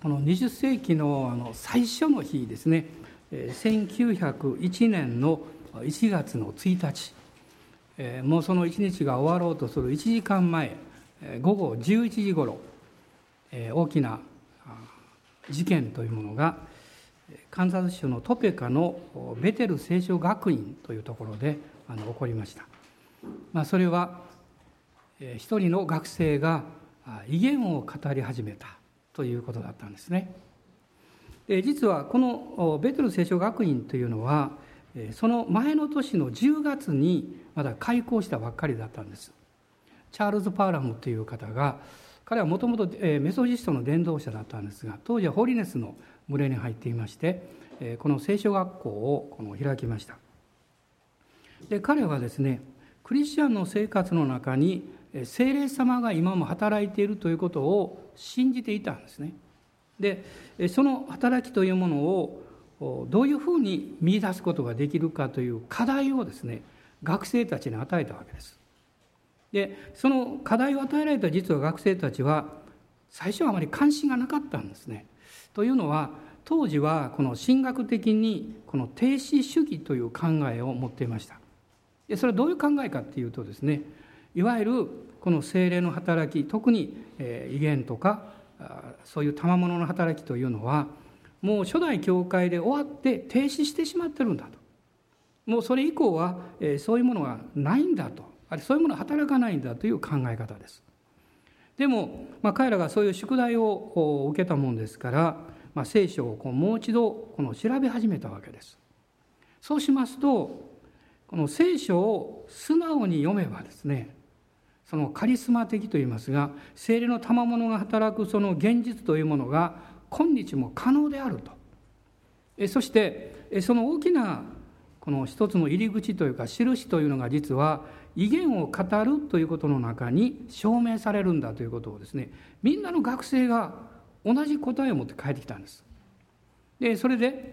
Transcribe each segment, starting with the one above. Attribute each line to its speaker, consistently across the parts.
Speaker 1: この20世紀の最初の日ですね、1901年の1月の1日、もうその1日が終わろうとする1時間前、午後11時ごろ、大きな事件というものがカンザス州のトペカのベテル聖書学院というところで起こりました。それは一人の学生が異言を語り始めたということだったんですね。実はこのベテル聖書学院というのはその前の年の10月にまだ開校したばっかりだったんです。チャールズ・パーラムという方が、彼はもともとメソジストの伝道者だったんですが、当時はホリネスの群れに入っていまして、この聖書学校を開きました。で、彼はですね、クリスチャンの生活の中に聖霊様が今も働いているということを信じていたんですね。で、その働きというものをどういうふうに見出すことができるかという課題をですね、学生たちに与えたわけです。で、その課題を与えられた実は学生たちは最初はあまり関心がなかったんですね。というのは、当時はこの神学的にこの定子主義という考えを持っていました。で、それはどういう考えかというとですね、いわゆるこの聖霊の働き、特に異言とかそういう賜物の働きというのはもう初代教会で終わって停止してしまってるんだと。もうそれ以降はそういうものがないんだと、そういうものは働かないんだという考え方です。でも、彼らがそういう宿題を受けたものですから、聖書をもう一度調べ始めたわけです。そうしますと、この聖書を素直に読めばですね、そのカリスマ的といいますが、聖霊の賜物が働くその現実というものが今日も可能であると。そしてその大きなこの一つの入り口というか印というのが、実は異言を語るということの中に証明されるんだということをですね、みんなの学生が同じ答えを持って帰ってきたんです。で、それで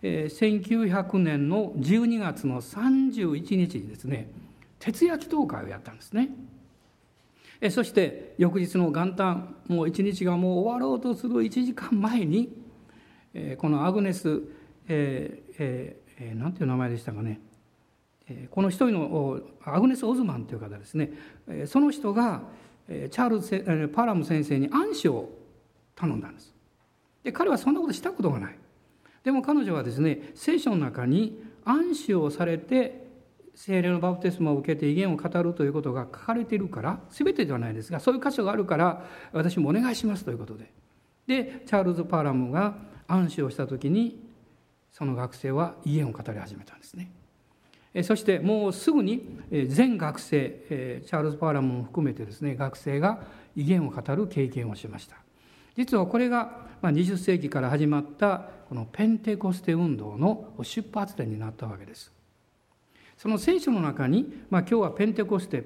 Speaker 1: 1900年の12月の31日にですね、徹夜祈祷会をやったんですね。そして翌日の元旦、もう一日がもう終わろうとする1時間前に、このアグネス、なんていう名前でしたかね、この一人のアグネス・オズマンという方ですね、その人がチャールズ・パラム先生に暗視を頼んだんです。で、彼はそんなことしたことがない。でも彼女はですね、聖書の中に暗視をされて聖霊のバプテスマを受けて異言を語るということが書かれているから、全てではないですが、そういう箇所があるから私もお願いしますということで、チャールズ・パーラムが暗視をしたときに、その学生は異言を語り始めたんですね。そしてもうすぐに全学生、チャールズ・パーラムも含めてですね、学生が異言を語る経験をしました。実はこれが20世紀から始まったこのペンテコステ運動の出発点になったわけです。その聖書の中に、今日はペンテコステの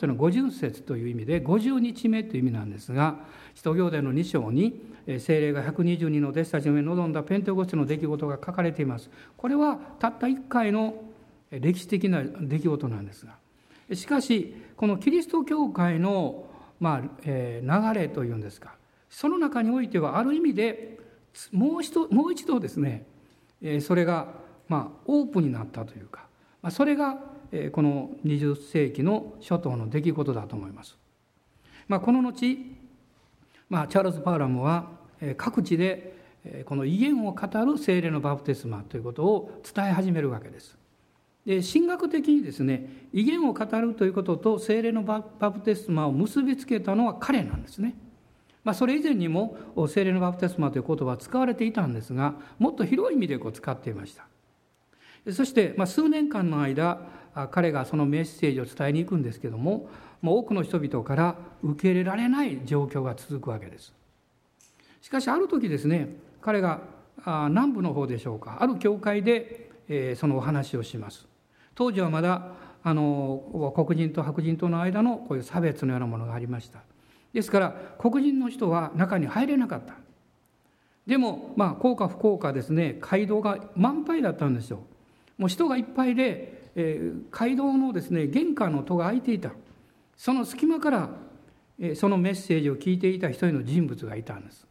Speaker 1: 50節という意味で50日目という意味なんですが、使徒行伝の2章に聖霊が120人の弟子たちの上に臨んだペンテコステの出来事が書かれています。これはたった1回の歴史的な出来事なんですが、しかしこのキリスト教会の流れというんですか、その中においてはある意味でもう一度ですね、それがオープンになったというか、それがこの20世紀の初頭の出来事だと思います。この後、チャールズ・パーラムは各地でこの異言を語る聖霊のバプテスマということを伝え始めるわけです。で、神学的にですね、異言を語るということと聖霊のバプテスマを結びつけたのは彼なんですね。それ以前にも聖霊のバプテスマという言葉は使われていたんですが、もっと広い意味で使っていました。そして数年間の間、彼がそのメッセージを伝えに行くんですけども、多くの人々から受け入れられない状況が続くわけです。しかしある時ですね、彼が南部の方でしょうか、ある教会でそのお話をします。当時はまだ黒人と白人との間のこういう差別のようなものがありました。ですから黒人の人は中に入れなかった。でも幸か不幸かですね、街道が満杯だったんですよ。もう人がいっぱいで、街道のですね玄関の戸が開いていた。その隙間からそのメッセージを聞いていた一人の人物がいたんです。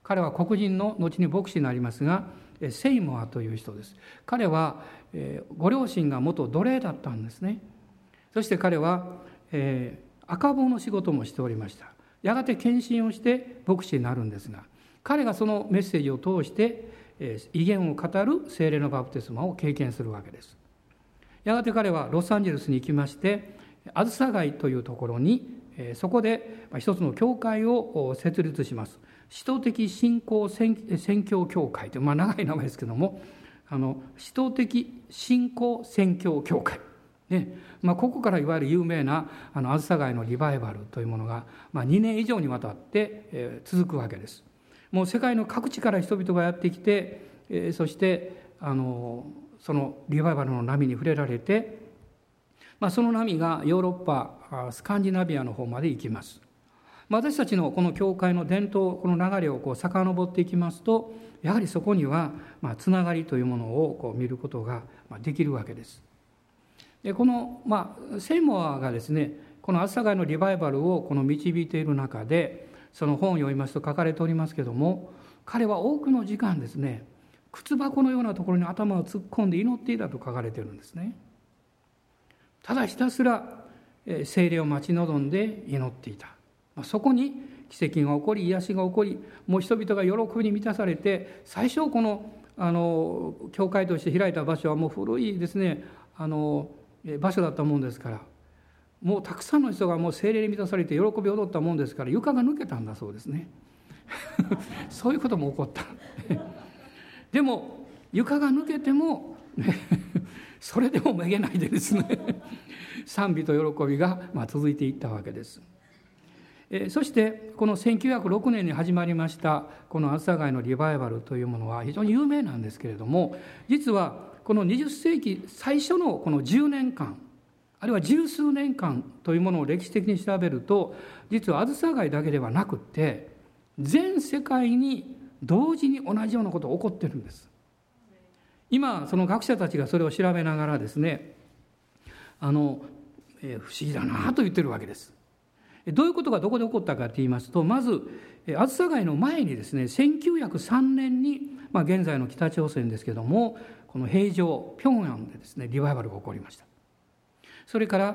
Speaker 1: 彼は黒人の後に牧師になりますが、セイモアという人です。彼はご両親が元奴隷だったんですね。そして彼は赤棒の仕事もしておりました。やがて献身をして牧師になるんですが、彼がそのメッセージを通して異言を語る聖霊のバプテスマを経験するわけです。やがて彼はロサンゼルスに行きまして、あずさ街というところにそこで一つの教会を設立します。使徒的信仰宣教協会という、長い名前ですけども、使徒的信仰宣教協会、ね、ここからいわゆる有名なあずさ街のリバイバルというものが、2年以上にわたって続くわけです。もう世界の各地から人々がやってきて、そしてそのリバイバルの波に触れられて、その波がヨーロッパスカンジナビアの方まで行きます。私たちのこの教会の伝統、この流れを遡っていきますと、やはりそこにはつながりというものを見ることができるわけです。でこの、セイモアがですね、このあずさ街のリバイバルを導いている中で、その本を読みますと書かれておりますけども、彼は多くの時間ですね、靴箱のようなところに頭を突っ込んで祈っていたと書かれているんですね。ただひたすら聖霊を待ち望んで祈っていた。そこに奇跡が起こり、癒しが起こり、もう人々が喜びに満たされて、最初この教会として開いた場所はもう古いですね、場所だったもんですから、もうたくさんの人がもう聖霊に満たされて喜び踊ったもんですから、床が抜けたんだそうですね。そういうことも起こった。でも床が抜けても、それでもめげないでですね、賛美と喜びが続いていったわけです。そしてこの1906年に始まりましたこのあずさ街のリバイバルというものは非常に有名なんですけれども、実はこの20世紀最初のこの10年間、あるいは十数年間というものを歴史的に調べると、実はあずさ街だけではなくって全世界に同時に同じようなことが起こってるんです。今その学者たちがそれを調べながらですね、不思議だなと言ってるわけです。どういうことがどこで起こったかと言いますと、まずあずさ街の前にですね、1903年に、現在の北朝鮮ですけども、この平城平壌でですねリバイバルが起こりました。それから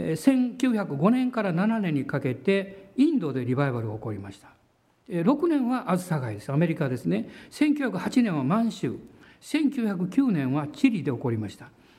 Speaker 1: 1905年から7年にかけてインドでリバイバルが起こりました。6年はあずさ街です、アメリカですね。1908年は満州、1909年はチリで起こりました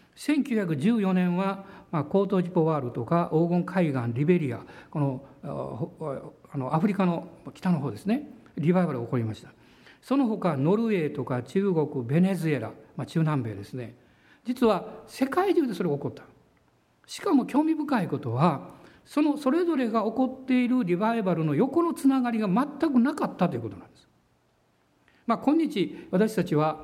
Speaker 1: 。1914年はコートジボワールとか黄金海岸、リベリア、このアフリカの北の方ですね、リバイバルが起こりました。その他ノルウェーとか中国、ベネズエラ、中南米ですね、実は世界中でそれが起こった。しかも興味深いことは、それぞれが起こっているリバイバルの横のつながりが全くなかったということなんです。今日私たちは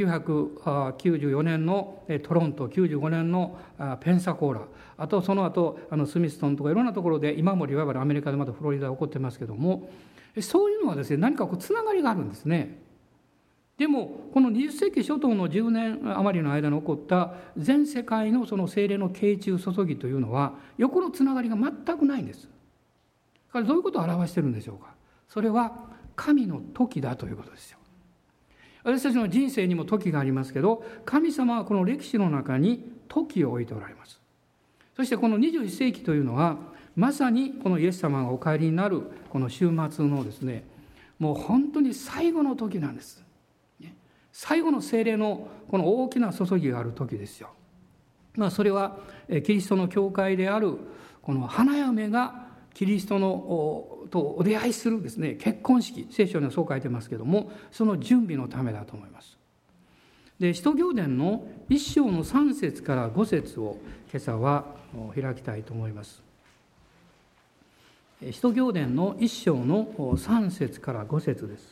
Speaker 1: 1994年のトロント、95年のペンサコーラ、あとその後スミストンとかいろんなところで今もリバイバル、アメリカでまたフロリダで起こってますけども、そういうのはですね、何かつながりがあるんですね。でもこの20世紀初頭の10年余りの間に起こった全世界のその聖霊の啓注注ぎというのは横のつながりが全くないんです。だからどういうことを表しているんでしょうか。それは神の時だということですよ。私たちの人生にも時がありますけど、神様はこの歴史の中に時を置いておられます。そしてこの21世紀というのはまさにこのイエス様がお帰りになるこの週末のですね、もう本当に最後の時なんです。最後の聖霊のこの大きな注ぎがある時ですよ。それはキリストの教会であるこの花嫁がキリストとお出会いするですね、結婚式、聖書にはそう書いてますけども、その準備のためだと思います。で、使徒行伝の1章の3節から5節を今朝は開きたいと思います。使徒行伝の1章の3節から5節です。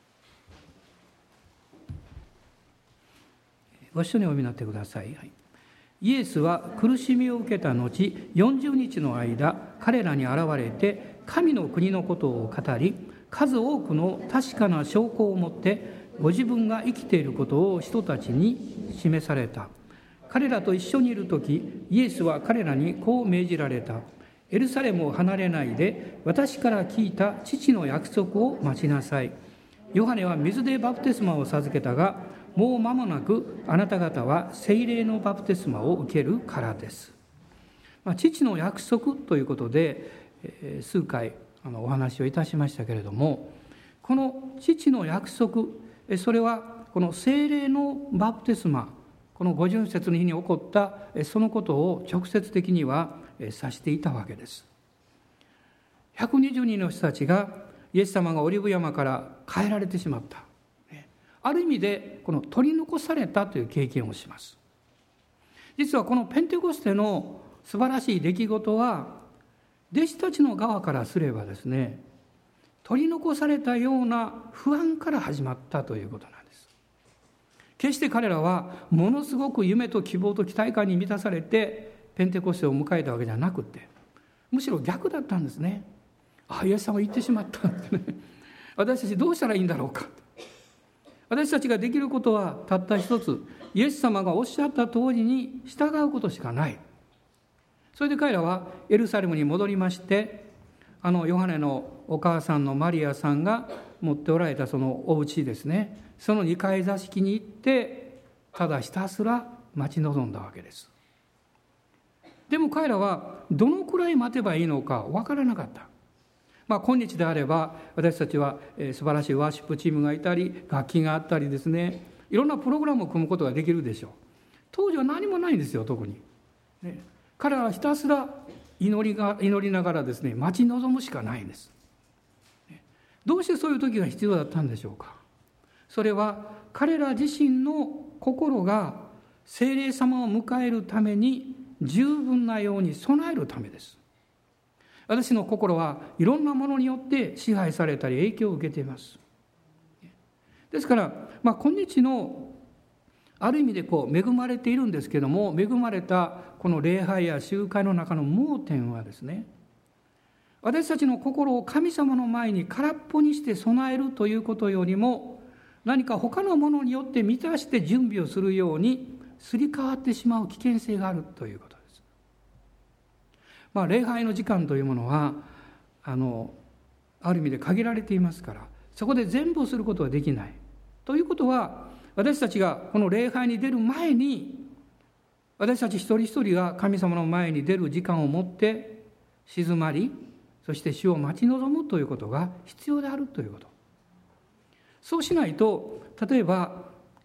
Speaker 1: ご一緒にお読みになってください。イエスは苦しみを受けた後、40日の間、彼らに現れて、神の国のことを語り、数多くの確かな証拠を持って、ご自分が生きていることを人たちに示された。彼らと一緒にいるとき、イエスは彼らにこう命じられた。エルサレムを離れないで、私から聞いた父の約束を待ちなさい。 ヨハネは水でバプテスマを授けたが、もう間もなくあなた方は聖霊のバプテスマを受けるからです。父の約束ということで数回お話をいたしましたけれども、この父の約束、それはこの聖霊のバプテスマ、この五巡節の日に起こったそのことを直接的には指していたわけです。120人の人たちがイエス様がオリーブ山から帰られてしまった、ある意味でこの取り残されたという経験をします。実はこのペンテコステの素晴らしい出来事は、弟子たちの側からすればですね、取り残されたような不安から始まったということなんです。決して彼らはものすごく夢と希望と期待感に満たされてペンテコステを迎えたわけじゃなくて、むしろ逆だったんですね。イエス様言ってしまったんですね。私たちどうしたらいいんだろうか。私たちができることはたった一つ、イエス様がおっしゃった通りに従うことしかない。それで彼らはエルサレムに戻りまして、ヨハネのお母さんのマリアさんが持っておられたそのお家ですね、その2階座敷に行ってただひたすら待ち望んだわけです。でも彼らはどのくらい待てばいいのか分からなかった。今日であれば私たちは素晴らしいワーシップチームがいたり、楽器があったりですね、いろんなプログラムを組むことができるでしょう。当時は何もないんですよ、特に、彼らはひたすら祈りながらですね、待ち望むしかないんです。どうしてそういう時が必要だったんでしょうか。それは彼ら自身の心が聖霊様を迎えるために十分なように備えるためです。私の心はいろんなものによって支配されたり影響を受けています。ですから、今日のある意味で恵まれているんですけども、恵まれたこの礼拝や集会の中の盲点はですね、私たちの心を神様の前に空っぽにして備えるということよりも、何か他のものによって満たして準備をするようにすり替わってしまう危険性があるということです。礼拝の時間というものはある意味で限られていますから、そこで全部をすることはできないということは、私たちがこの礼拝に出る前に、私たち一人一人が神様の前に出る時間を持って静まり、そして主を待ち望むということが必要であるということ。そうしないと、例えば、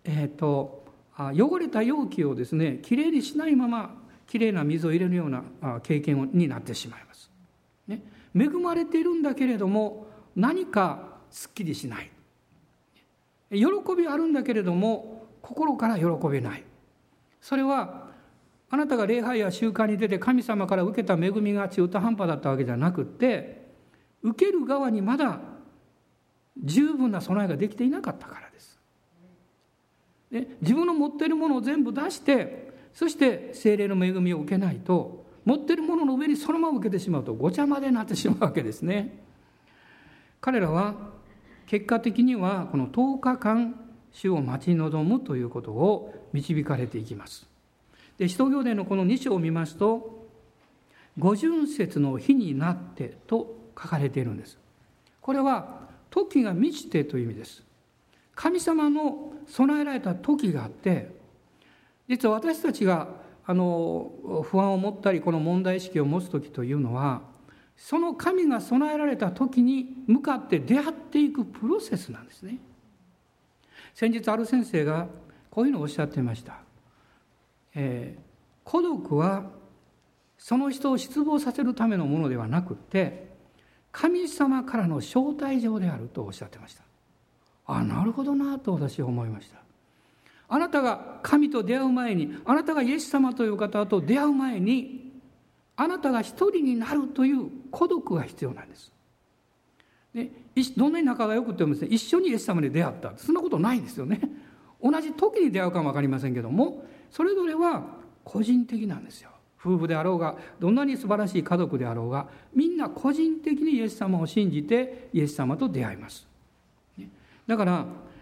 Speaker 1: 汚れた容器をですね、きれいにしないままきれいな水を入れるような経験になってしまいます、恵まれているんだけれども何かすっきりしない、喜びあるんだけれども心から喜べない。それはあなたが礼拝や集会に出て神様から受けた恵みが中途半端だったわけじゃなくて、受ける側にまだ十分な備えができていなかったからです。自分の持っているものを全部出して、そして聖霊の恵みを受けないと、持っているものの上にそのまま受けてしまうとごちゃ混ぜになってしまうわけですね。彼らは結果的にはこの10日間主を待ち望むということを導かれていきます。で、使徒行伝のこの2章を見ますと、五巡節の日になってと書かれているんです。これは時が満ちてという意味です。神様の備えられた時があって、実は私たちが不安を持ったりこの問題意識を持つ時というのは、その神が備えられた時に向かって出会っていくプロセスなんですね。先日ある先生がこういうのをおっしゃっていました。孤独はその人を失望させるためのものではなくて、神様からの招待状であるとおっしゃってました。なるほどなと私は思いました。あなたが神と出会う前に、あなたがイエス様という方と出会う前に、あなたが一人になるという孤独が必要なんです。で、どんなに仲が良くてもですね、一緒にイエス様に出会った、そんなことないんですよね。同じ時に出会うかも分かりませんけども、それぞれは個人的なんですよ。夫婦であろうが、どんなに素晴らしい家族であろうが、みんな個人的にイエス様を信じてイエス様と出会います。だから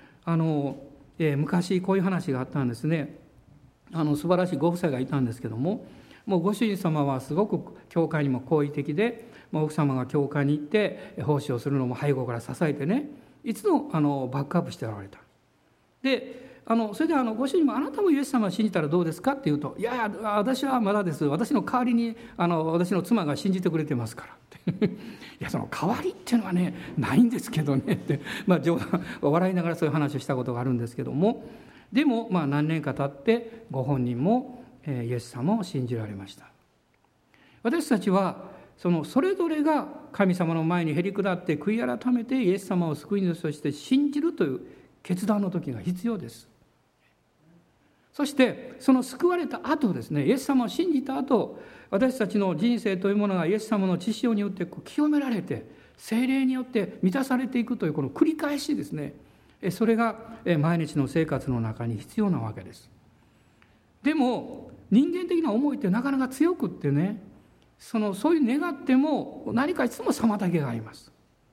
Speaker 1: 昔こういう話があったんですね。素晴らしいご夫妻がいたんですけども、もうご主人様はすごく教会にも好意的で、もう奥様が教会に行って奉仕をするのも背後から支えてね、 いつもバックアップしておられた。でそれでご主人もあなたもイエス様を信じたらどうですかって言うと、いや私はまだです、私の代わりに私の妻が信じてくれてますからっていやその代わりっていうのはねないんですけどねって、冗談笑いながらそういう話をしたことがあるんですけども、でも何年か経ってご本人もイエス様を信じられました。私たちはそれぞれが神様の前にへり下って悔い改めてイエス様を救い主として信じるという決断の時が必要です。そしてその救われた後ですね、イエス様を信じた後、私たちの人生というものがイエス様の血潮によって清められて聖霊によって満たされていくというこの繰り返しですね、それが毎日の生活の中に必要なわけです。でも人間的な思いってなかなか強くってね、そういう願っても何かいつも妨げがあります。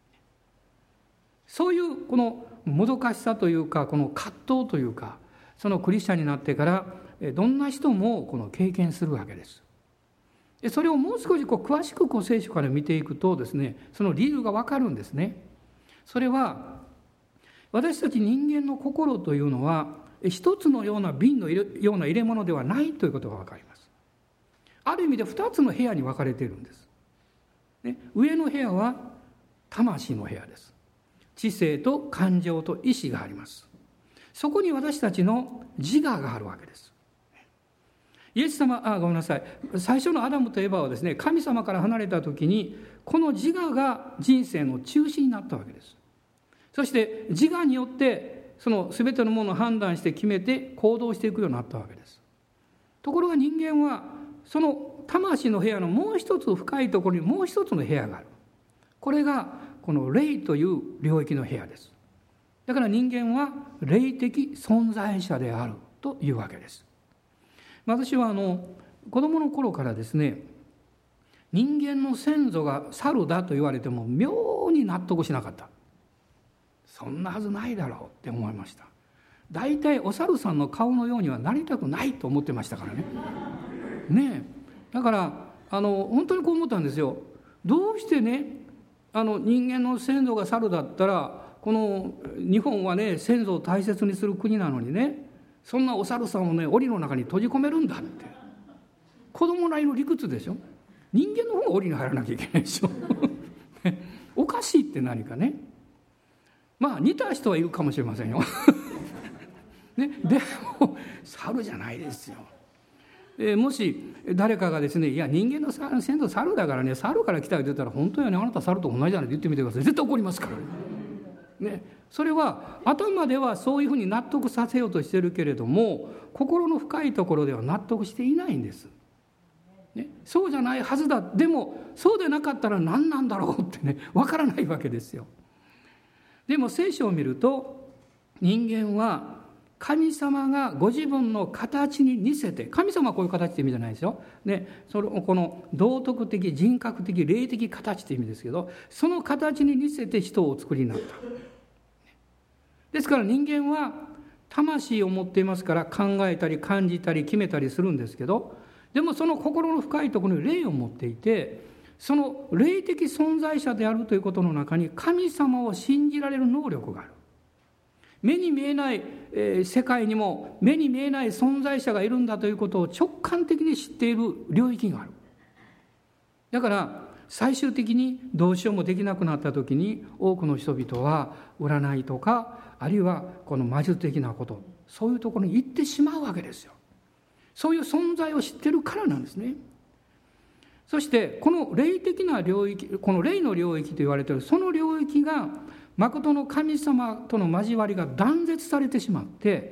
Speaker 1: そういうこのもどかしさというか、この葛藤というか、そのクリスチャンになってからどんな人もこの経験するわけです。それをもう少し詳しく聖書から見ていくとですね、その理由が分かるんですね。それは私たち人間の心というのは一つのような瓶のような入れ物ではないということが分かります。ある意味で2つの部屋に分かれているんです、ね、上の部屋は魂の部屋です。知性と感情と意志があります。そこに私たちの自我があるわけです。イエス様ごめんなさい、最初のアダムとエバはですね、神様から離れた時にこの自我が人生の中心になったわけです。そして自我によってその全てのものを判断して決めて行動していくようになったわけです。ところが人間はその魂の部屋のもう一つ深いところにもう一つの部屋がある。これがこの霊という領域の部屋です。だから人間は霊的存在者であるというわけです。私は子供の頃からですね、人間の先祖が猿だと言われても妙に納得しなかった。そんなはずないだろうって思いました。だいたいお猿さんの顔のようにはなりたくないと思ってましたからね。ねえ、だから本当にこう思ったんですよ。どうしてね人間の先祖が猿だったらこの日本はね先祖を大切にする国なのにね、そんなお猿さんをね檻の中に閉じ込めるんだって、子供なりの理屈でしょ。人間の方が檻に入らなきゃいけないでしょおかしいって何かね、似た人はいるかもしれませんよね、でも猿じゃないですよ。もし誰かがですね、いや人間の先祖猿だからね、猿から来たって言ったら、本当よね、あなた猿と同じじゃないって言ってみてください。絶対怒りますからね。それは頭ではそういうふうに納得させようとしてるけれども、心の深いところでは納得していないんです、ね、そうじゃないはずだ。でもそうでなかったら何なんだろうってね、分からないわけですよ。でも聖書を見ると、人間は神様がご自分の形に似せて、神様はこういう形って意味じゃないですよ、ね、この道徳的人格的霊的形って意味ですけど、その形に似せて人をお作りになった。ですから人間は魂を持っていますから、考えたり感じたり決めたりするんですけど、でもその心の深いところに霊を持っていて、その霊的存在者であるということの中に神様を信じられる能力がある。目に見えない、世界にも目に見えない存在者がいるんだということを直感的に知っている領域がある。だから最終的にどうしようもできなくなった時に、多くの人々は占いとか、あるいはこの魔術的なこと、そういうところに行ってしまうわけですよ。そういう存在を知ってるからなんですね。そしてこの霊的な領域、この霊の領域と言われているその領域が、誠の神様との交わりが断絶されてしまって、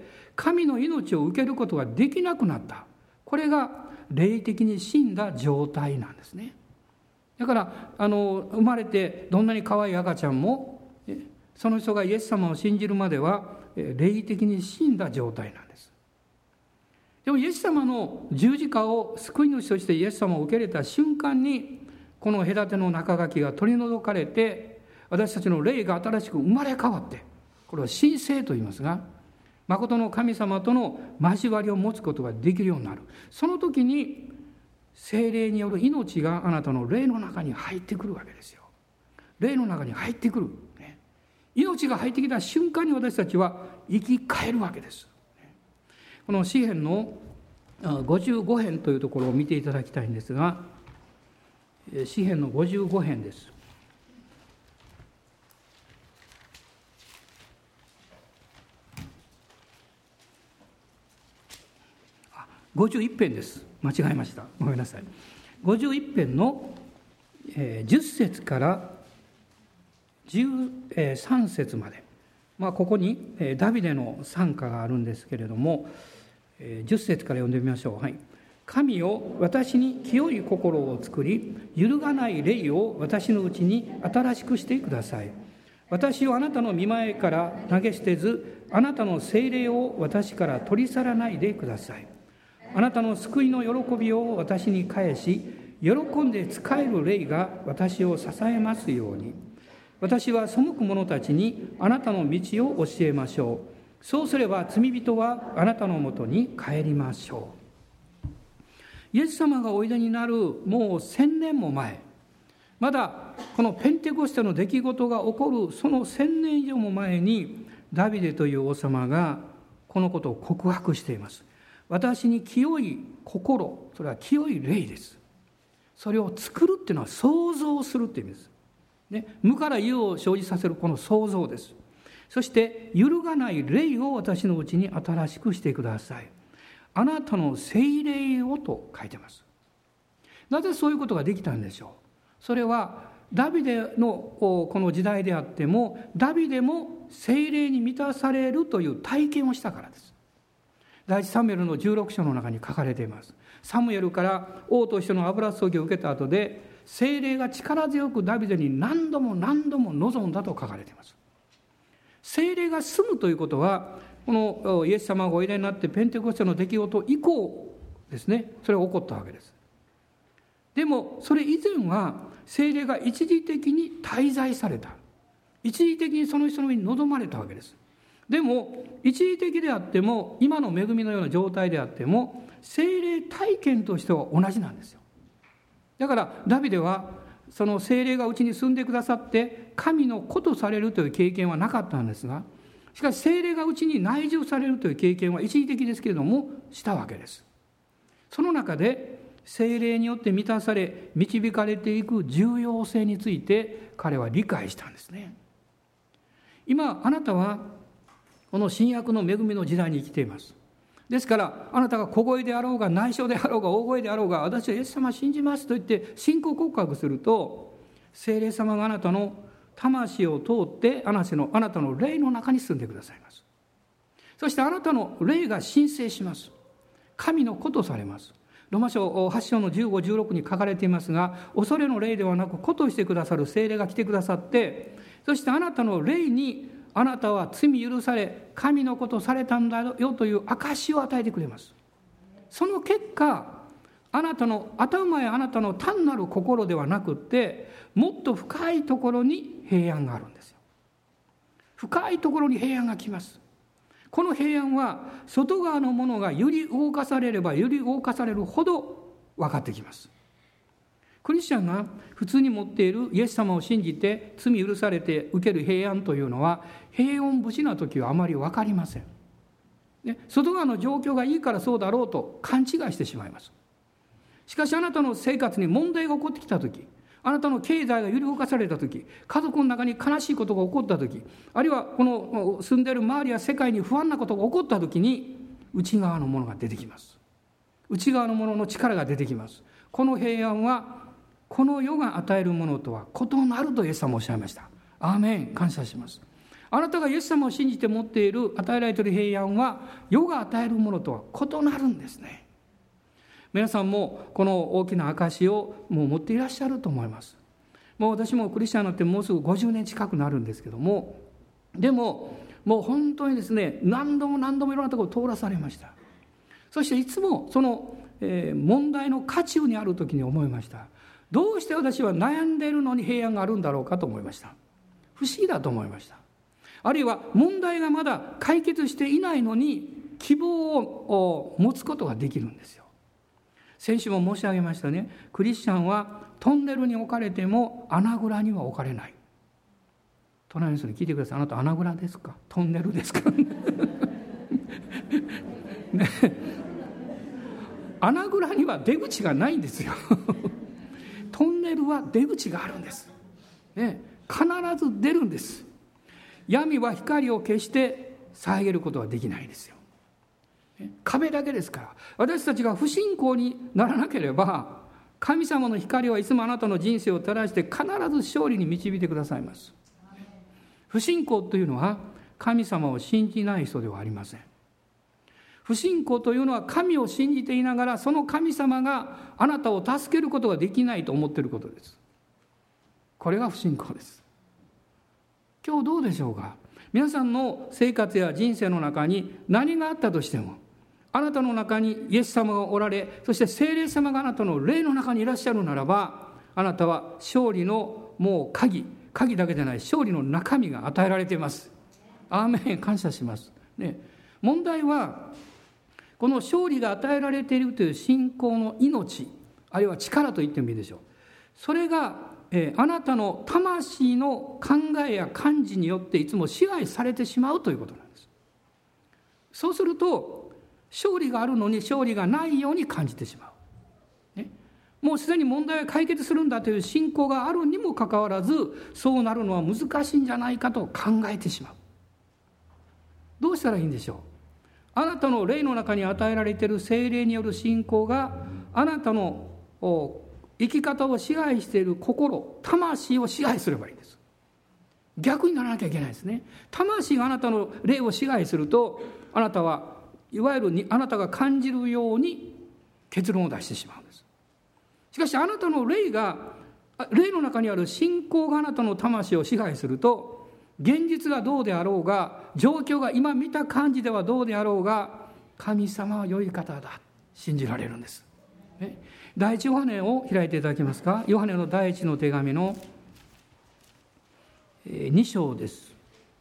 Speaker 1: 神の命を受けることができなくなった。これが霊的に死んだ状態なんですね。だから生まれてどんなに可愛い赤ちゃんも、その人がイエス様を信じるまでは霊的に死んだ状態なんです。でもイエス様の十字架を救い主としてイエス様を受け入れた瞬間に、この隔ての中垣が取り除かれて、私たちの霊が新しく生まれ変わって、これは神聖と言いますが、誠の神様との交わりを持つことができるようになる。その時に聖霊による命があなたの霊の中に入ってくるわけですよ。霊の中に入ってくる、ね、 命が入ってきた瞬間に私たちは生き返るわけです。この詩編の55編というところを見ていただきたいんですが、詩編の55編です。51編です。間違えました。ごめんなさい。51編の10節から13節まで、ここにダビデの賛歌があるんですけれども、10節から読んでみましょう。はい。神よ、私に清い心を作り、揺るがない霊を私のうちに新しくしてください。私をあなたの御前から投げ捨てず、あなたの聖霊を私から取り去らないでください。あなたの救いの喜びを私に返し、喜んで仕える霊が私を支えますように。私は背く者たちにあなたの道を教えましょう。そうすれば罪人はあなたのもとに帰りましょう。イエス様がおいでになるもう1000年も前、まだこのペンテコステの出来事が起こるその1000年以上も前に、ダビデという王様がこのことを告白しています。私に清い心、それは清い霊です。それを作るっていうのは創造するっていう意味です。ね、無から有を生じさせるこの創造です。そして揺るがない霊を私のうちに新しくしてください。あなたの聖霊をと書いてます。なぜそういうことができたんでしょう。それはダビデのこの時代であっても、ダビデも聖霊に満たされるという体験をしたからです。第一サムエルの16章の中に書かれています。サムエルから王としての油注ぎを受けた後で、聖霊が力強くダビデに何度も何度も望んだと書かれています。聖霊が住むということは、このイエス様がおいでになってペンテコステの出来事以降ですね、それが起こったわけです。でもそれ以前は聖霊が一時的に滞在された、一時的にその人の上に望まれたわけです。でも一時的であっても、今の恵みのような状態であっても、聖霊体験としては同じなんですよ。だからダビデはその聖霊がうちに住んでくださって神の子とされるという経験はなかったんですが、しかし聖霊がうちに内住されるという経験は一時的ですけれどもしたわけです。その中で聖霊によって満たされ導かれていく重要性について彼は理解したんですね。今あなたはこの新約の恵みの時代に生きています。ですからあなたが小声であろうが内緒であろうが大声であろうが、私はイエス様を信じますと言って信仰告白すると、聖霊様があなたの魂を通ってあなたの霊の中に住んでくださいます。そしてあなたの霊が申請します。神の子とされます。ローマ書8章の15、16に書かれていますが、恐れの霊ではなく子としてくださる聖霊が来てくださって、そしてあなたの霊にあなたは罪許され神の子とされたんだよという証を与えてくれます。その結果、あなたの頭やあなたの単なる心ではなくって、もっと深いところに平安があるんですよ。深いところに平安が来ます。この平安は外側のものがより動かされればより動かされるほど分かってきます。クリスチャンが普通に持っているイエス様を信じて罪許されて受ける平安というのは、平穏無事な時はあまり分かりません。外側の状況がいいからそうだろうと勘違いしてしまいます。しかしあなたの生活に問題が起こってきた時、あなたの経済が揺り動かされた時、家族の中に悲しいことが起こった時、あるいはこの住んでいる周りや世界に不安なことが起こった時に、内側のものが出てきます。内側のものの力が出てきます。この平安はこの世が与えるものとは異なるとイエス様おっしゃいました。アーメン。感謝します。あなたがイエス様を信じて持っている与えられている平安は世が与えるものとは異なるんですね。皆さんもこの大きな証をもう持っていらっしゃると思います。もう私もクリスチャンになってもうすぐ50年近くなるんですけども、でももう本当にですね、何度も何度もいろんなところを通らされました。そしていつもその問題の渦中にある時に思いました。どうして私は悩んでいるのに平安があるんだろうかと思いました。不思議だと思いました。あるいは問題がまだ解決していないのに希望を持つことができるんですよ。先週も申し上げましたね。クリスチャンはトンネルに置かれても穴蔵には置かれない。 隣の人に聞いてください。あなた穴蔵ですか？トンネルですか？ね、穴蔵には出口がないんですよ。トンネルは出口があるんです、ね、必ず出るんです。闇は光を消して遮ることはできないですよ。壁だけですから。私たちが不信仰にならなければ、神様の光はいつもあなたの人生を照らして必ず勝利に導いてくださいます。不信仰というのは神様を信じない人ではありません。不信仰というのは神を信じていながら、その神様があなたを助けることができないと思っていることです。これが不信仰です。今日どうでしょうか。皆さんの生活や人生の中に何があったとしても、あなたの中にイエス様がおられ、そして聖霊様があなたの霊の中にいらっしゃるならば、あなたは勝利のもう鍵だけじゃない、勝利の中身が与えられています。アーメン、感謝します、ね、問題はこの勝利が与えられているという信仰の命、あるいは力と言ってもいいでしょう。それがあなたの魂の考えや感じによっていつも支配されてしまうということなんです。そうすると勝利があるのに勝利がないように感じてしまう、ね、もうすでに問題を解決するんだという信仰があるにもかかわらず、そうなるのは難しいんじゃないかと考えてしまう。どうしたらいいんでしょう。あなたの霊の中に与えられている聖霊による信仰があなたの生き方を支配している心、魂を支配すればいいんです。逆にならなきゃいけないですね。魂があなたの霊を支配すると、あなたはいわゆるあなたが感じるように結論を出してしまうんです。しかしあなたの霊の中にある信仰があなたの魂を支配すると、現実がどうであろうが、状況が今見た感じではどうであろうが、神様は良い方だ、信じられるんです。第一ヨハネを開いていただけますか。ヨハネの第一の手紙の2章です。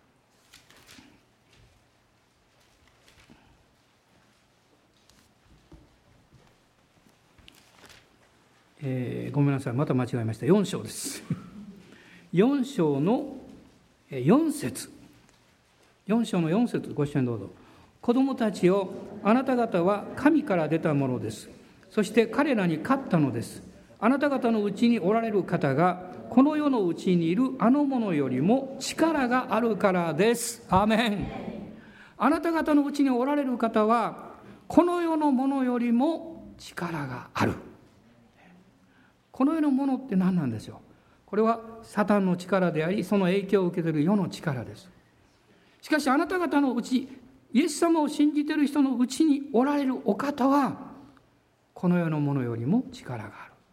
Speaker 1: ごめんなさい、また間違えました。4章です。4章の4節、4章の4節、ご一緒にどうぞ。子供たちよ、あなた方は神から出たものです。そして彼らに勝ったのです。あなた方のうちにおられる方がこの世のうちにいるあのものよりも力があるからです。アーメン。あなた方のうちにおられる方はこの世のものよりも力がある。この世のものって何なんでしょう。これはサタンの力であり、その影響を受けている世の力です。しかしあなた方のうち、イエス様を信じている人のうちにおられるお方はこの世のものよりも力がある。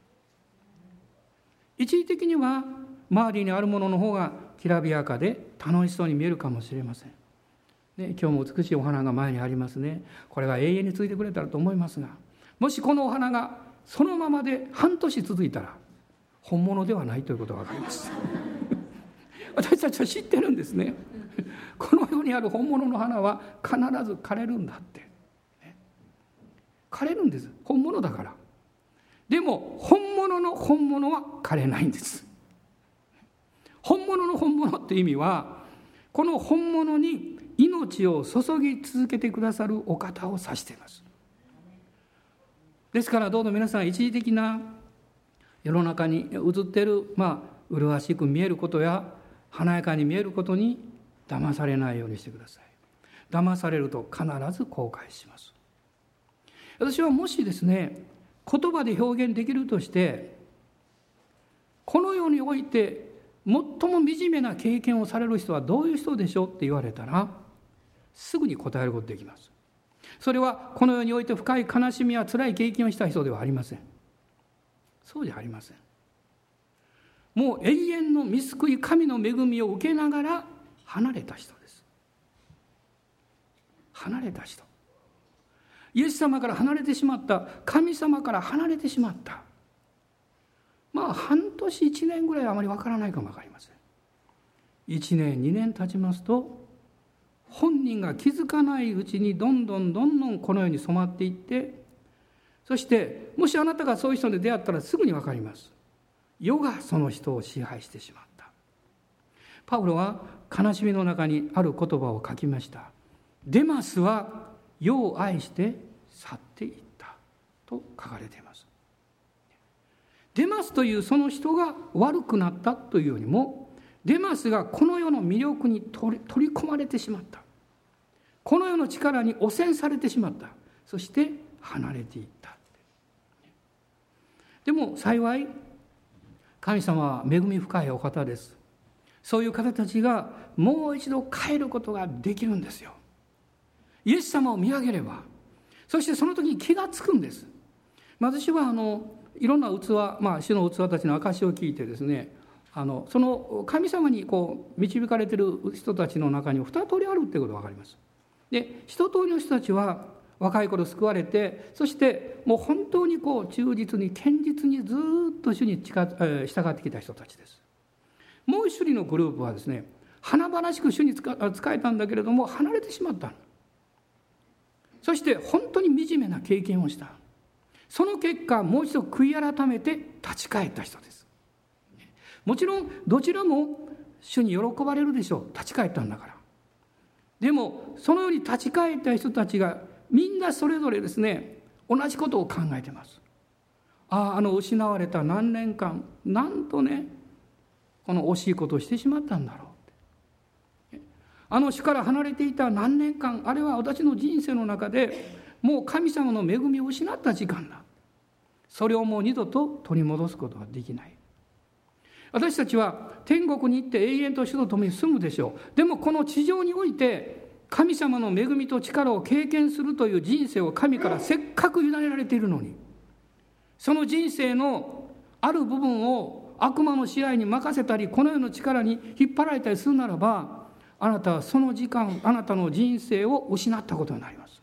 Speaker 1: 一時的には周りにあるものの方がきらびやかで楽しそうに見えるかもしれません、ね、今日も美しいお花が前にありますね。これが永遠に続いてくれたらと思いますが、もしこのお花がそのままで半年続いたら本物ではないということが分かります。私たちは知ってるんですね。この世にある本物の花は必ず枯れるんだって、枯れるんです、本物だから。でも本物の本物は枯れないんです。本物の本物って意味は、この本物に命を注ぎ続けてくださるお方を指しています。ですからどうぞ皆さん、一時的な世の中に映っている麗しく見えることや華やかに見えることに騙されないようにしてください。騙されると必ず後悔します。私はもしですね、言葉で表現できるとして、この世において最も惨めな経験をされる人はどういう人でしょうって言われたら、すぐに答えることができます。それはこの世において深い悲しみや辛い経験をした人ではありません。そうじゃありません。もう永遠の御救い、神の恵みを受けながら離れた人です。離れた人、イエス様から離れてしまった、神様から離れてしまった。半年1年ぐらいはあまりわからないかもわかりません。1年2年経ちますと、本人が気づかないうちにどんどんこの世に染まっていって、そしてもしあなたがそういう人で出会ったらすぐにわかります。世がその人を支配してしまった。 パウロは悲しみの中にある言葉を書きました。デマスは世を愛して去っていったと書かれています。デマスというその人が悪くなったというよりも、デマスがこの世の魅力に取り込まれてしまった。この世の力に汚染されてしまった。そして離れていった。でも幸い、神様は恵み深いお方です。そういう方たちがもう一度帰ることができるんですよ。イエス様を見上げれば、そしてその時に気がつくんです。私はいろんな器、主の器たちの証を聞いてですね、その神様に導かれている人たちの中に2通りあるということが分かります。で、一通りの人たちは若い頃救われて、そしてもう本当に忠実に堅実にずっと主に従ってきた人たちです。もう一人のグループはですね、華々しく主に仕えたんだけれども離れてしまった。そして本当に惨めな経験をした。その結果、もう一度悔い改めて立ち返った人です。もちろんどちらも主に喜ばれるでしょう。立ち返ったんだから。でもそのように立ち返った人たちがみんなそれぞれですね、同じことを考えています。失われた何年間、なんとね、この惜しいことをしてしまったんだろう。主から離れていた何年間、あれは私の人生の中でもう神様の恵みを失った時間だ。それをもう二度と取り戻すことはできない。私たちは天国に行って永遠と主と共に住むでしょう。でもこの地上において神様の恵みと力を経験するという人生を神からせっかく委ねられているのに、その人生のある部分を悪魔の支配に任せたり、この世の力に引っ張られたりするならば、あなたはその時間、あなたの人生を失ったことになります。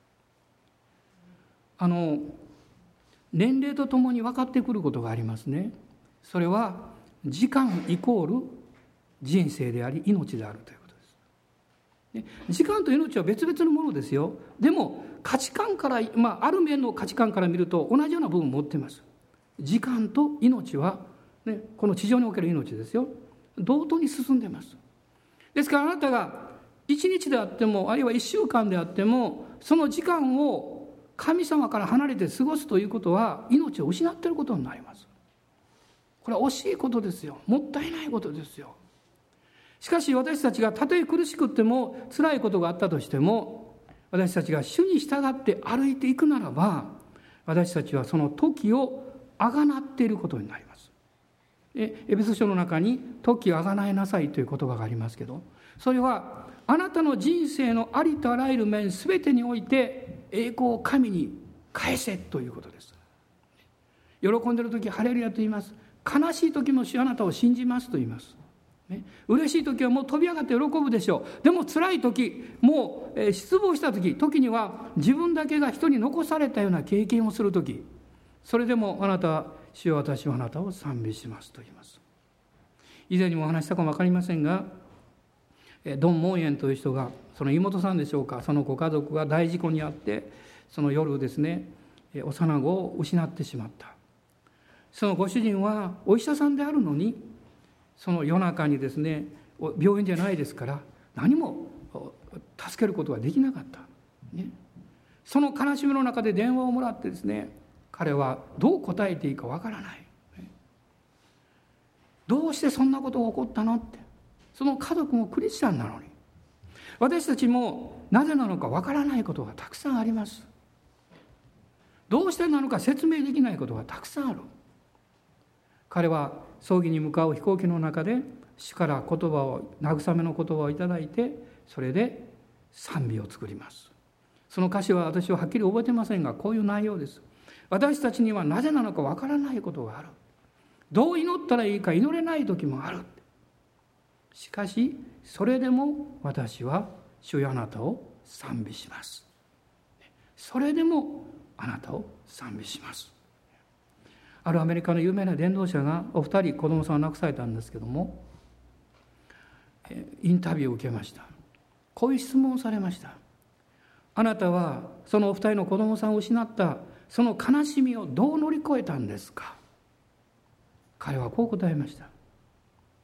Speaker 1: 年齢とともに分かってくることがありますね。それは時間イコール人生であり命であるということです。時間と命は別々のものですよ。でも価値観から、ある面の価値観から見ると同じような部分を持っています。時間と命は、この地上における命ですよ、同等に進んでいます。ですからあなたが1日であっても、あるいは1週間であっても、その時間を神様から離れて過ごすということは命を失っていることになります。これは惜しいことですよ。もったいないことですよ。しかし私たちがたとえ苦しくっても辛いことがあったとしても、私たちが主に従って歩いていくならば、私たちはその時をあがなっていることになります。エペソ書の中に時をあがないなさいという言葉がありますけど、それはあなたの人生のありとあらゆる面すべてにおいて栄光を神に返せということです。喜んでいる時ハレルヤと言います。悲しい時も主あなたを信じますと言います。嬉しい時はもう飛び上がって喜ぶでしょう。でも辛い時、もう失望した時には自分だけが人に残されたような経験をする時、それでもあなたは主よ私はあなたを賛美しますと言います。以前にもお話したかも分かりませんが、ドン・モーエンという人が、その妹さんでしょうか、そのご家族が大事故に遭って、その夜ですね、幼子を失ってしまった。そのご主人はお医者さんであるのに、その夜中にですね、病院じゃないですから何も助けることができなかった、その悲しみの中で電話をもらってですね、彼はどう答えていいかわからない、どうしてそんなことが起こったのって。その家族もクリスチャンなのに、私たちもなぜなのかわからないことがたくさんあります。どうしてなのか説明できないことがたくさんある。彼は葬儀に向かう飛行機の中で主から慰めの言葉をいただいて、それで賛美を作ります。その歌詞は私ははっきり覚えてませんが、こういう内容です。私たちにはなぜなのかわからないことがある。どう祈ったらいいか祈れない時もある。しかしそれでも私は主よあなたを賛美します。それでもあなたを賛美します。あるアメリカの有名な伝道者がお二人子供さんを亡くされたんですけども、インタビューを受けました。こういう質問をされました。あなたはそのお二人の子供さんを失ったその悲しみをどう乗り越えたんですか。彼はこう答えました。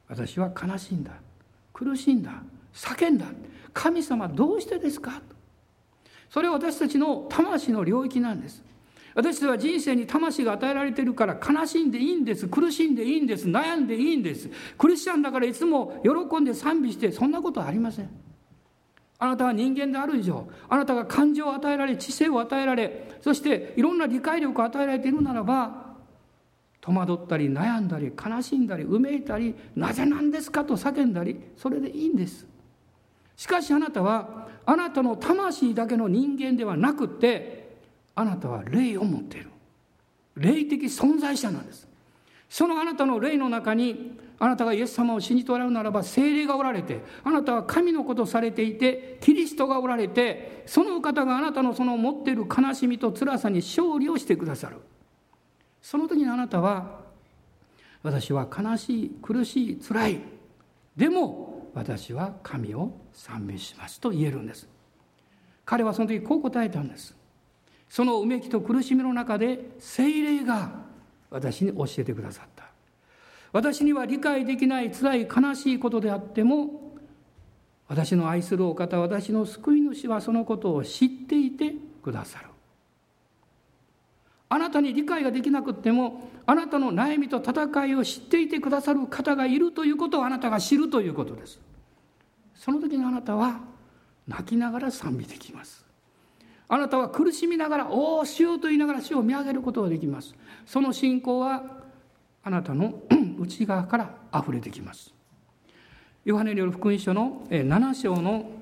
Speaker 1: 私は悲しんだ、苦しんだ、叫んだ。神様どうしてですか？それは私たちの魂の領域なんです。私たちは人生に魂が与えられているから、悲しんでいいんです、苦しんでいいんです、悩んでいいんです。クリスチャンだからいつも喜んで賛美して、そんなことはありません。あなたは人間である以上、あなたが感情を与えられ、知性を与えられ、そしていろんな理解力を与えられているならば、戸惑ったり悩んだり悲しんだりうめいたり、なぜなんですかと叫んだり、それでいいんです。しかしあなたはあなたの魂だけの人間ではなくて、あなたは霊を持っている霊的存在者なんです。そのあなたの霊の中に、あなたがイエス様を信じておられるならば聖霊がおられて、あなたは神のことをされていて、キリストがおられて、その方があなたのその持っている悲しみと辛さに勝利をしてくださる。その時にあなたは、私は悲しい、苦しい、辛い、でも私は神を賛美しますと言えるんです。彼はその時こう答えたんです。そのうめきと苦しみの中で聖霊が私に教えてくださった。私には理解できない辛い悲しいことであっても、私の愛するお方、私の救い主はそのことを知っていてくださる。あなたに理解ができなくっても、あなたの悩みと戦いを知っていてくださる方がいるということをあなたが知るということです。その時にあなたは泣きながら賛美できます。あなたは苦しみながら、おー主よと言いながら主を見上げることができます。その信仰はあなたの内側からあふれてきます。ヨハネによる福音書の7章の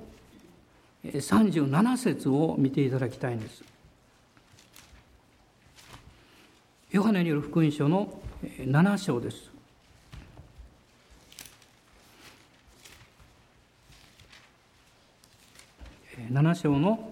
Speaker 1: 37節を見ていただきたいんです。ヨハネによる福音書の7章です。7章の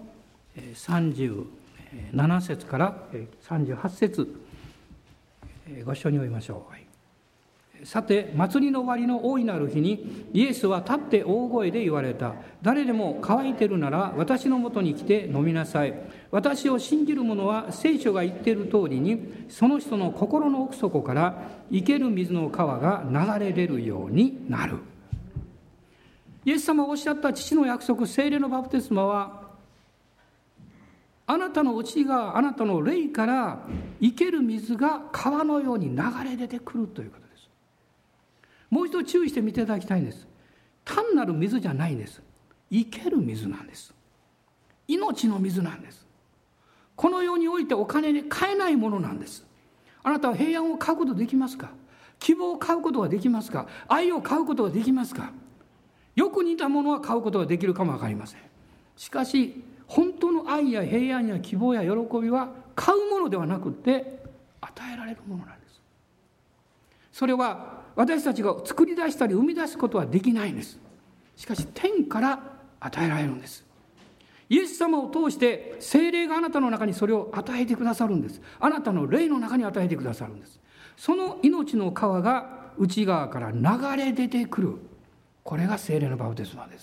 Speaker 1: 37節から38節、ご一緒に読みましょう。さて、祭りの終わりの大いなる日に、イエスは立って大声で言われた。誰でも乾いてるなら私のもとに来て飲みなさい。私を信じる者は聖書が言っている通りに、その人の心の奥底から生ける水の川が流れ出るようになる。イエス様がおっしゃった父の約束、聖霊のバプテスマは、あなたの内側、あなたの霊から生ける水が川のように流れ出てくるということです。もう一度注意して見ていただきたいんです。単なる水じゃないんです。生ける水なんです。命の水なんです。この世においてお金で買えないものなんです。あなたは平安を買うことができますか？希望を買うことができますか？愛を買うことができますか？よく似たものは買うことができるかもわかりません。しかし本当の愛や平安や希望や喜びは買うものではなくて与えられるものなんです。それは私たちが作り出したり生み出すことはできないんです。しかし天から与えられるんです。イエス様を通して聖霊があなたの中にそれを与えてくださるんです。あなたの霊の中に与えてくださるんです。その命の川が内側から流れ出てくる。これが聖霊のバプテスマです。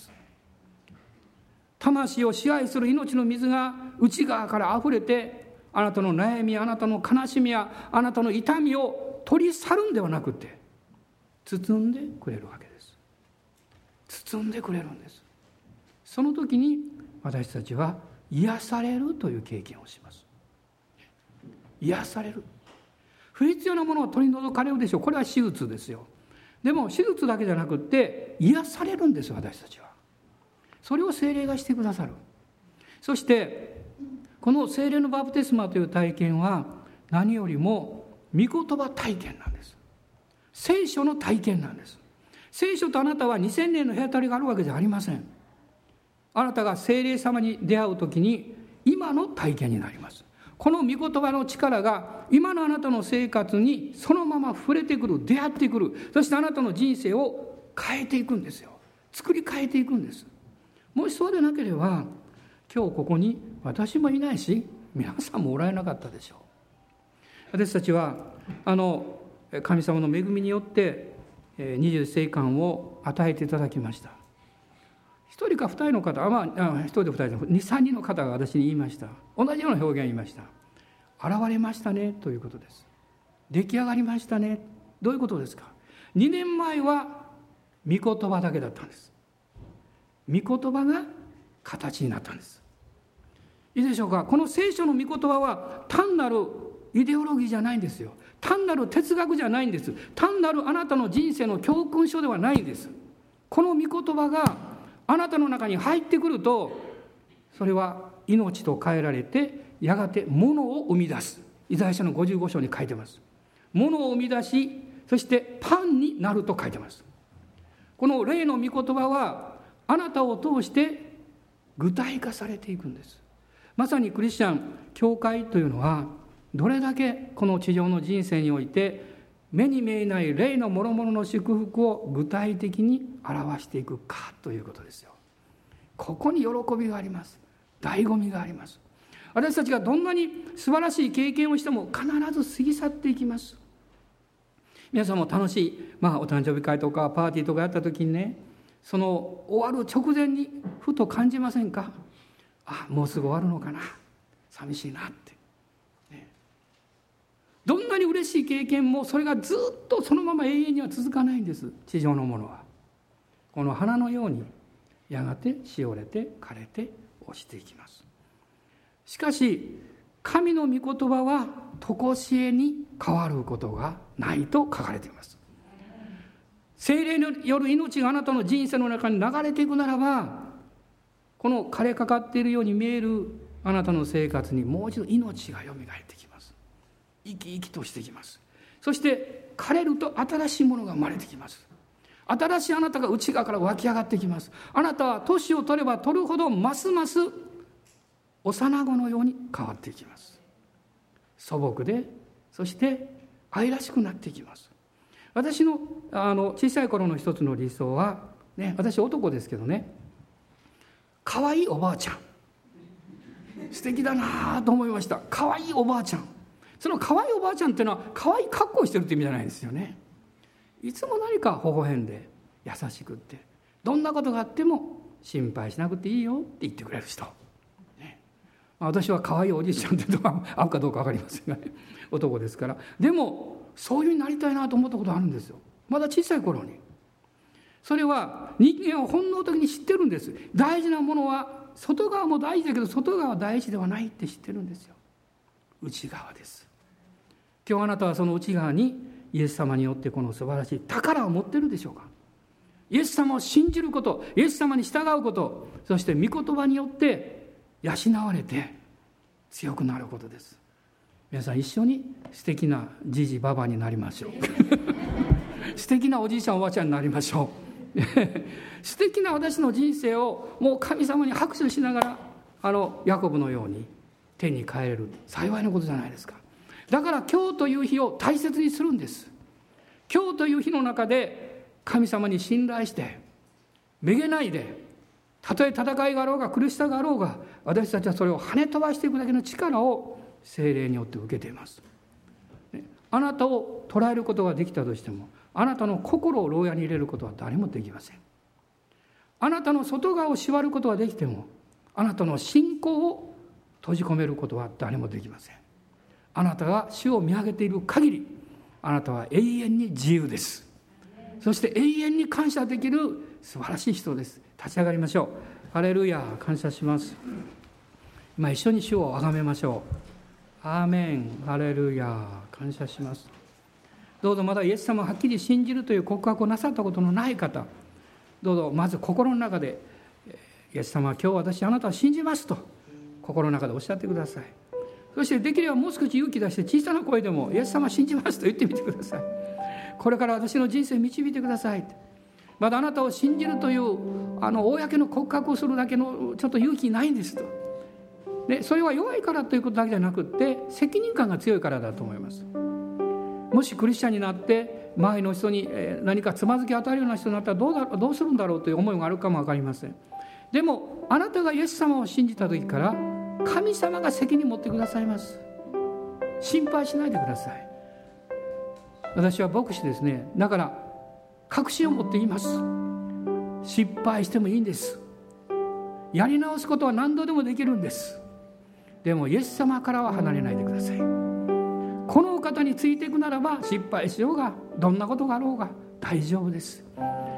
Speaker 1: 魂を支配する命の水が内側からあふれて、あなたの悩み、あなたの悲しみやあなたの痛みを取り去るんではなくて、包んでくれるわけです。包んでくれるんです。その時に私たちは癒されるという経験をします。癒される。不必要なものを取り除かれるでしょう。これは手術ですよ。でも手術だけじゃなくって癒されるんです。私たちはそれを聖霊がしてくださる。そしてこの聖霊のバプテスマという体験は何よりも御言葉体験なんです。聖書の体験なんです。聖書とあなたは2000年の隔たりがあるわけじゃありません。あなたが聖霊様に出会うときに今の体験になります。この御言葉の力が今のあなたの生活にそのまま触れてくる、出会ってくる。そしてあなたの人生を変えていくんですよ。作り変えていくんです。もしそうでなければ今日ここに私もいないし皆さんもおられなかったでしょう。私たちは神様の恵みによって20世間を与えていただきました。一人か二人の方、一人で二人で2、3人の方が私に言いました。同じような表現を言いました。現れましたねということです。出来上がりましたね。どういうことですか？2年前は御言葉だけだったんです。御言葉が形になったんです。いいでしょうか。この聖書の御言葉は単なるイデオロギーじゃないんですよ。単なる哲学じゃないんです。単なるあなたの人生の教訓書ではないんです。この御言葉があなたの中に入ってくると、それは命と変えられて、やがて物を生み出す。イザヤ書の55章に書いてます。物を生み出し、そしてパンになると書いてます。この霊の御言葉はあなたを通して具体化されていくんです。まさにクリスチャン教会というのは、どれだけこの地上の人生において目に見えない霊の諸々の祝福を具体的に表していくかということですよ。ここに喜びがあります。醍醐味があります。私たちがどんなに素晴らしい経験をしても必ず過ぎ去っていきます。皆さんも楽しい、お誕生日会とかパーティーとかやった時にね、その終わる直前にふと感じませんか。もうすぐ終わるのかな、寂しいなって、ね、どんなに嬉しい経験もそれがずっとそのまま永遠には続かないんです。地上のものはこの花のようにやがてしおれて枯れて落ちていきます。しかし神の御言葉は常しえに変わることがないと書かれています。聖霊による命があなたの人生の中に流れていくならば、この枯れかかっているように見えるあなたの生活にもう一度命がよみがえってきます。生き生きとしてきます。そして枯れると新しいものが生まれてきます。新しいあなたが内側から湧き上がってきます。あなたは年を取れば取るほどますます幼子のように変わっていきます。素朴で、そして愛らしくなっていきます。私の小さい頃の一つの理想は、私男ですけどね、可愛いおばあちゃん、素敵だなと思いました。可愛いおばあちゃん。その可愛いおばあちゃんっていうのは可愛い格好をしてるって意味じゃないですよね。いつも何か微笑んで優しくって、どんなことがあっても心配しなくていいよって言ってくれる人、私は可愛いおじいちゃんってとか合うかどうか分かりませんがね、男ですから。でもそういうふうになりたいなと思ったことあるんですよ、まだ小さい頃に。それは人間は本能的に知ってるんです。大事なものは外側も大事だけど、外側は大事ではないって知ってるんですよ。内側です。今日あなたはその内側にイエス様によってこの素晴らしい宝を持っているでしょうか。イエス様を信じること、イエス様に従うこと、そして御言葉によって養われて強くなることです。皆さん一緒に素敵なじじばばになりましょう素敵なおじいちゃんおばあちゃんになりましょう素敵な私の人生をもう神様に拍手しながら、ヤコブのように手に帰れる幸いなことじゃないですか。だから今日という日を大切にするんです。今日という日の中で神様に信頼してめげないで、たとえ戦いがあろうが苦しさがあろうが、私たちはそれを跳ね飛ばしていくだけの力を聖霊によって受けています。あなたを捉えることができたとしても、あなたの心を牢屋に入れることは誰もできません。あなたの外側を縛ることはできても、あなたの信仰を閉じ込めることは誰もできません。あなたが主を見上げている限り、あなたは永遠に自由です。そして永遠に感謝できる素晴らしい人です。立ち上がりましょう。ハレルヤ、感謝します。今一緒に主をあがめましょう。アーメン、ハレルヤ、感謝します。どうぞまだイエス様をはっきり信じるという告白をなさったことのない方、どうぞまず心の中で、イエス様は今日私あなたを信じますと心の中でおっしゃってください。そしてできればもう少し勇気出して小さな声でもイエス様を信じますと言ってみてください。これから私の人生導いてください。まだあなたを信じるという公の告白をするだけのちょっと勇気ないんですと。でそれは弱いからということだけじゃなくって責任感が強いからだと思います。もしクリスチャンになって周りの人に何かつまずきを与えるような人になったらどうするんだろうという思いがあるかも分かりません。でもあなたがイエス様を信じた時から神様が責任を持ってくださいます。心配しないでください。私は牧師ですね。だから確信を持って言います。失敗してもいいんです。やり直すことは何度でもできるんです。でもイエス様からは離れないでください。このお方についていくならば失敗しようがどんなことがあろうが大丈夫です。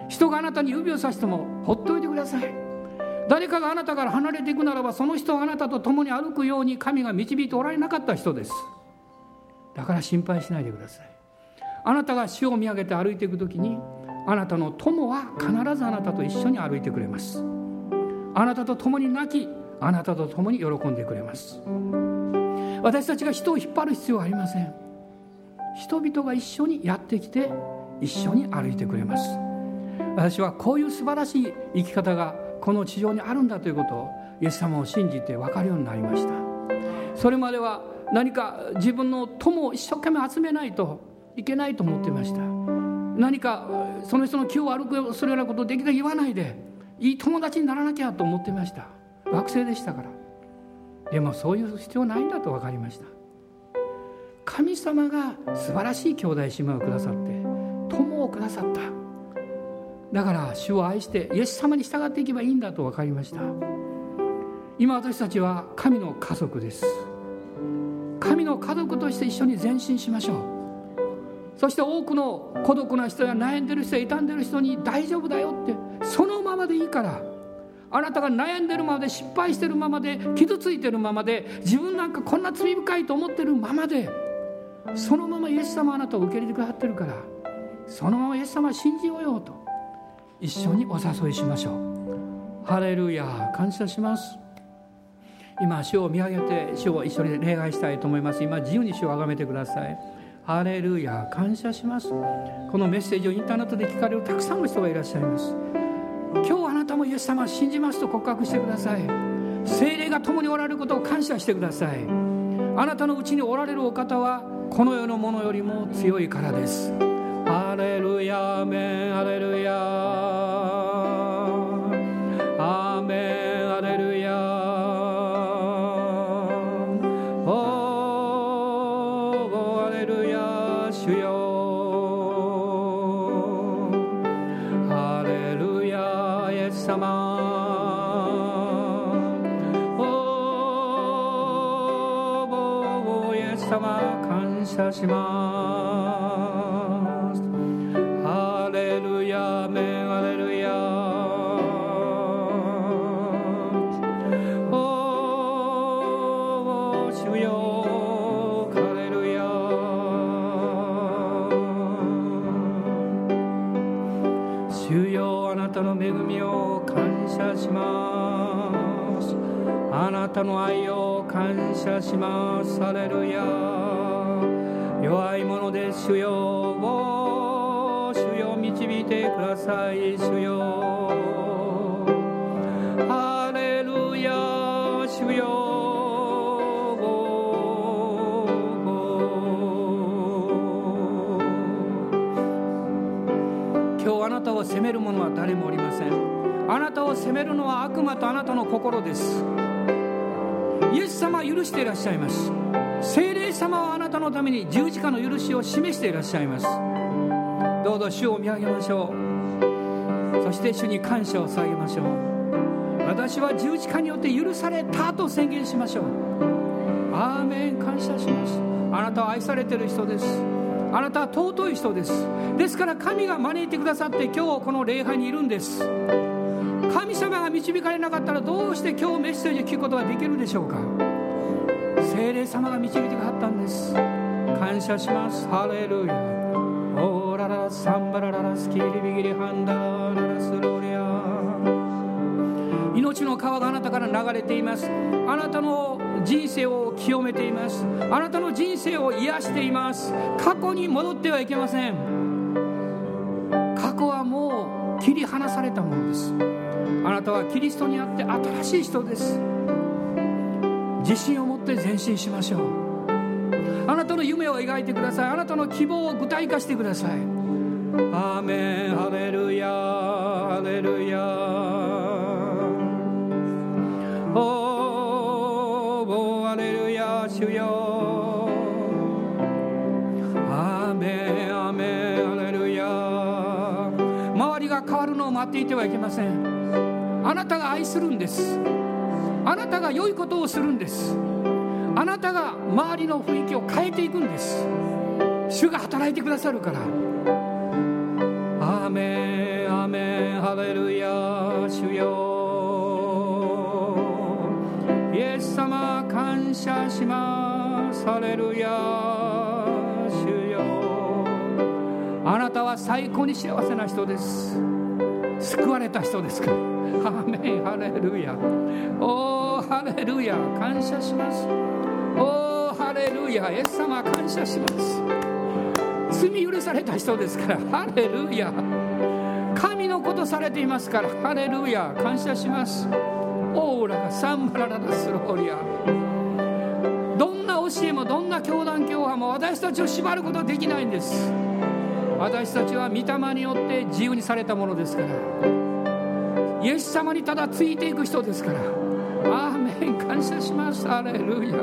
Speaker 1: 人があなたに指をさしてもほっといてください。誰かがあなたから離れていくならば、その人はあなたと共に歩くように神が導いておられなかった人です。だから心配しないでください。あなたが主を見上げて歩いていくときに、あなたの友は必ずあなたと一緒に歩いてくれます。あなたと共に泣き、あなたと共に喜んでくれます。私たちが人を引っ張る必要はありません。人々が一緒にやってきて一緒に歩いてくれます。私はこういう素晴らしい生き方がこの地上にあるんだということをイエス様を信じて分かるようになりました。それまでは何か自分の友を一生懸命集めないといけないと思っていました。何かその人の気を悪くするようなことをできるだけ言わないでいい友達にならなきゃと思っていました。学生でしたから。でもそういう必要ないんだと分かりました。神様が素晴らしい兄弟姉妹をくださって友をくださった。だから主を愛してイエス様に従っていけばいいんだと分かりました。今私たちは神の家族です。神の家族として一緒に前進しましょう。そして多くの孤独な人や悩んでる人や傷んでる人に大丈夫だよって、そのままでいいから、あなたが悩んでるままで、失敗してるままで、傷ついてるままで、自分なんかこんな罪深いと思ってるままで、そのままイエス様はあなたを受け入れてくださってるから、そのままイエス様を信じようよと一緒にお誘いしましょう。ハレルヤ、感謝します。今主を見上げて主を一緒に礼拝したいと思います。今自由に主をあがめてください。ハレルヤ、感謝します。このメッセージをインターネットで聞かれるたくさんの人がいらっしゃいます。今日あなたもイエス様を信じますと告白してください。聖霊が共におられることを感謝してください。あなたのうちにおられるお方はこの世のものよりも強いからです。ハレルヤ、アーメン、ハレルヤ、アーメン、ハレルヤ、ハレルヤ、主よ、ハレルヤ、イエス様、イエス様、感謝します。ハレルヤ、アーメン、ハレルヤ、おー主よ、ハレルヤ、主よ、あなたの恵みを感謝します。あなたの愛を感謝します。ハレルヤ、弱いもので主よ、主よ導いてください。主よ、ハレルヤ、主よ、今日あなたを責める者は誰もおりません。あなたを責めるのは悪魔とあなたの心です。イエス様は許していらっしゃいます。聖霊様はあなたのために十字架の許しを示していらっしゃいます。どうぞ主を見上げましょう。そして主に感謝を捧げましょう。私は十字架によって許されたと宣言しましょう。アーメン、感謝します。あなたは愛されている人です。あなたは尊い人です。ですから神が招いてくださって今日この礼拝にいるんです。神様が導かれなかったらどうして今日メッセージを聞くことができるでしょうか。聖霊様が導いてくださったんです。感謝します。ハレルヤ、オーララサンバラララスキリビギリハンダララスロリア、命の川があなたから流れています。あなたの人生を清めています。あなたの人生を癒しています。過去に戻ってはいけません。過去はもう切り離されたものです。あなたはキリストにあって新しい人です。自信を持って前進しましょう。あなたの夢を描いてください。あなたの希望を具体化してください。アーメン、ハレルヤ、ハレルヤ、おーハレルヤ、主よ、アーメン、アーメン、ハレルヤ。周りが変わるのを待っていてはいけません。あなたが愛するんです。あなたが良いことをするんです。あなたが周りの雰囲気を変えていくんです。主が働いてくださるから。アーメン、アーメメンハレルヤ主よ、イエス様感謝します。ハレルヤ主よ、あなたは最高に幸せな人です。救われた人ですから。アーメンハレルヤ、おーハレルヤ感謝します。おーハレルヤ、イエス様感謝します。罪許された人ですから。ハレルヤ、神のことされていますから。ハレルヤ感謝します。オーラがサンバララダスローリア、どんな教えもどんな教団教派も私たちを縛ることはできないんです。私たちは御霊によって自由にされたものですから。イエス様にただついていく人ですから。アーメン感謝します。ハレルヤ、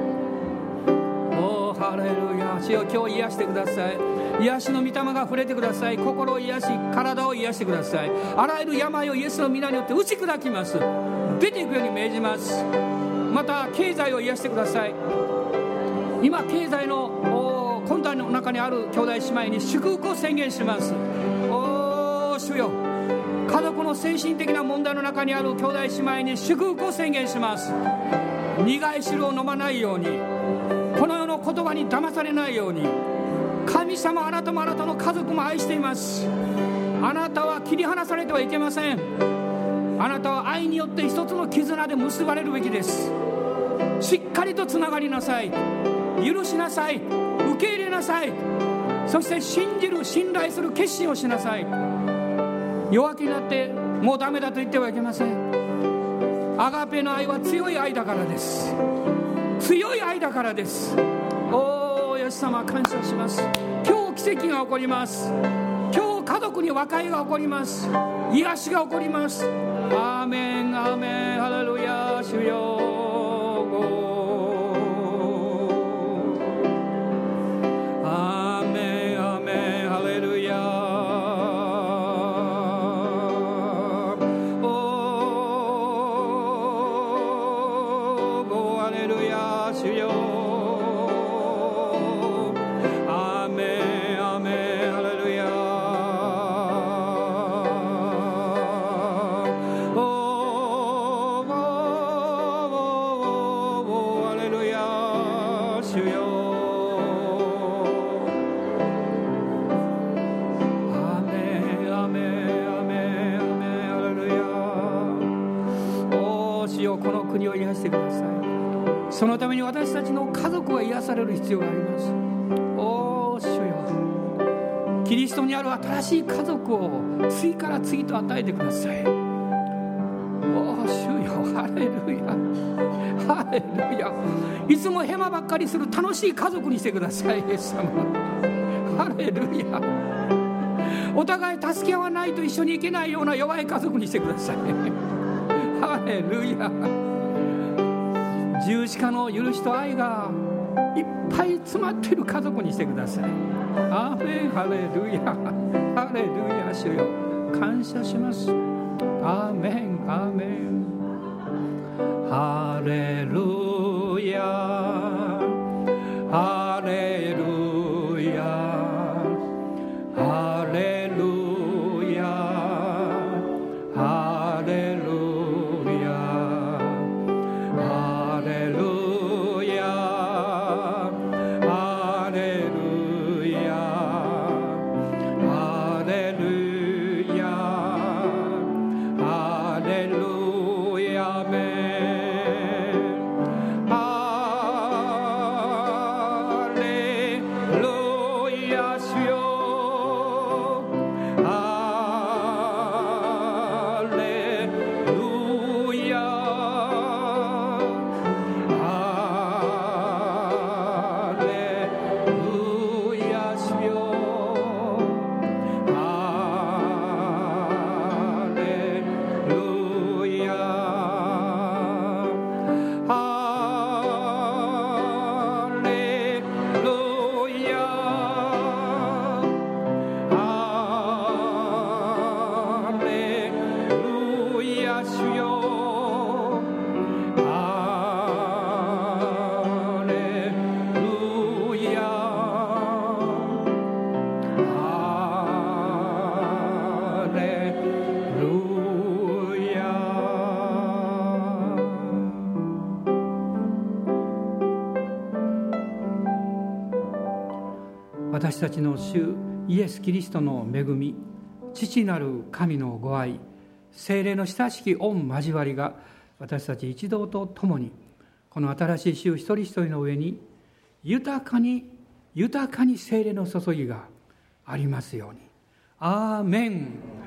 Speaker 1: おーハレルヤ、主よ今日癒してください。癒しの御霊が触れてください。心を癒し体を癒してください。あらゆる病をイエスの皆によって打ち砕きます。出ていくように命じます。また経済を癒してください。今経済の困難の中にある兄弟姉妹に祝福を宣言します。おー主よ、家族の精神的な問題の中にある兄弟姉妹に祝福を宣言します。苦い汁を飲まないように、この世の言葉に騙されないように。神様、あなたもあなたの家族も愛しています。あなたは切り離されてはいけません。あなたは愛によって一つの絆で結ばれるべきです。しっかりとつながりなさい。許しなさい。受け入れなさい。そして信じる、信頼する決心をしなさい。弱気になってもうダメだと言ってはいけません。アガペの愛は強い愛だからです。強い愛だからです。おーイエス様感謝します。今日奇跡が起こります。今日家族に和解が起こります。癒しが起こります。アーメンアーメンハレルヤ主よ、アーメンアーメンハレルヤ、おーハレルヤ主よ、アーメンアーメンハレルヤ、この国を癒してください。そのために私たちの家族が癒される必要があります。おー主よ、キリストにある新しい家族を次から次と与えてください。おー主よ、ハレルヤハレルヤ、いつもヘマばっかりする楽しい家族にしてください。イエス様ハレルヤ、お互い助け合わないと一緒にいけないような弱い家族にしてください。ハレルヤ、十字架の許しと愛がいっぱい詰まっている家族にしてください。アーメンハレルヤハレルヤ主よ、感謝します。アーメンアーメンハレルヤハレルヤハレルヤハレルヤハレルヤハレルヤハレルヤハレルヤメン私たちの主イエス・キリストの恵み、父なる神のご愛、聖霊の親しき御交わりが私たち一同と共に、この新しい週一人一人の上に豊かに聖霊の注ぎがありますように。アーメン。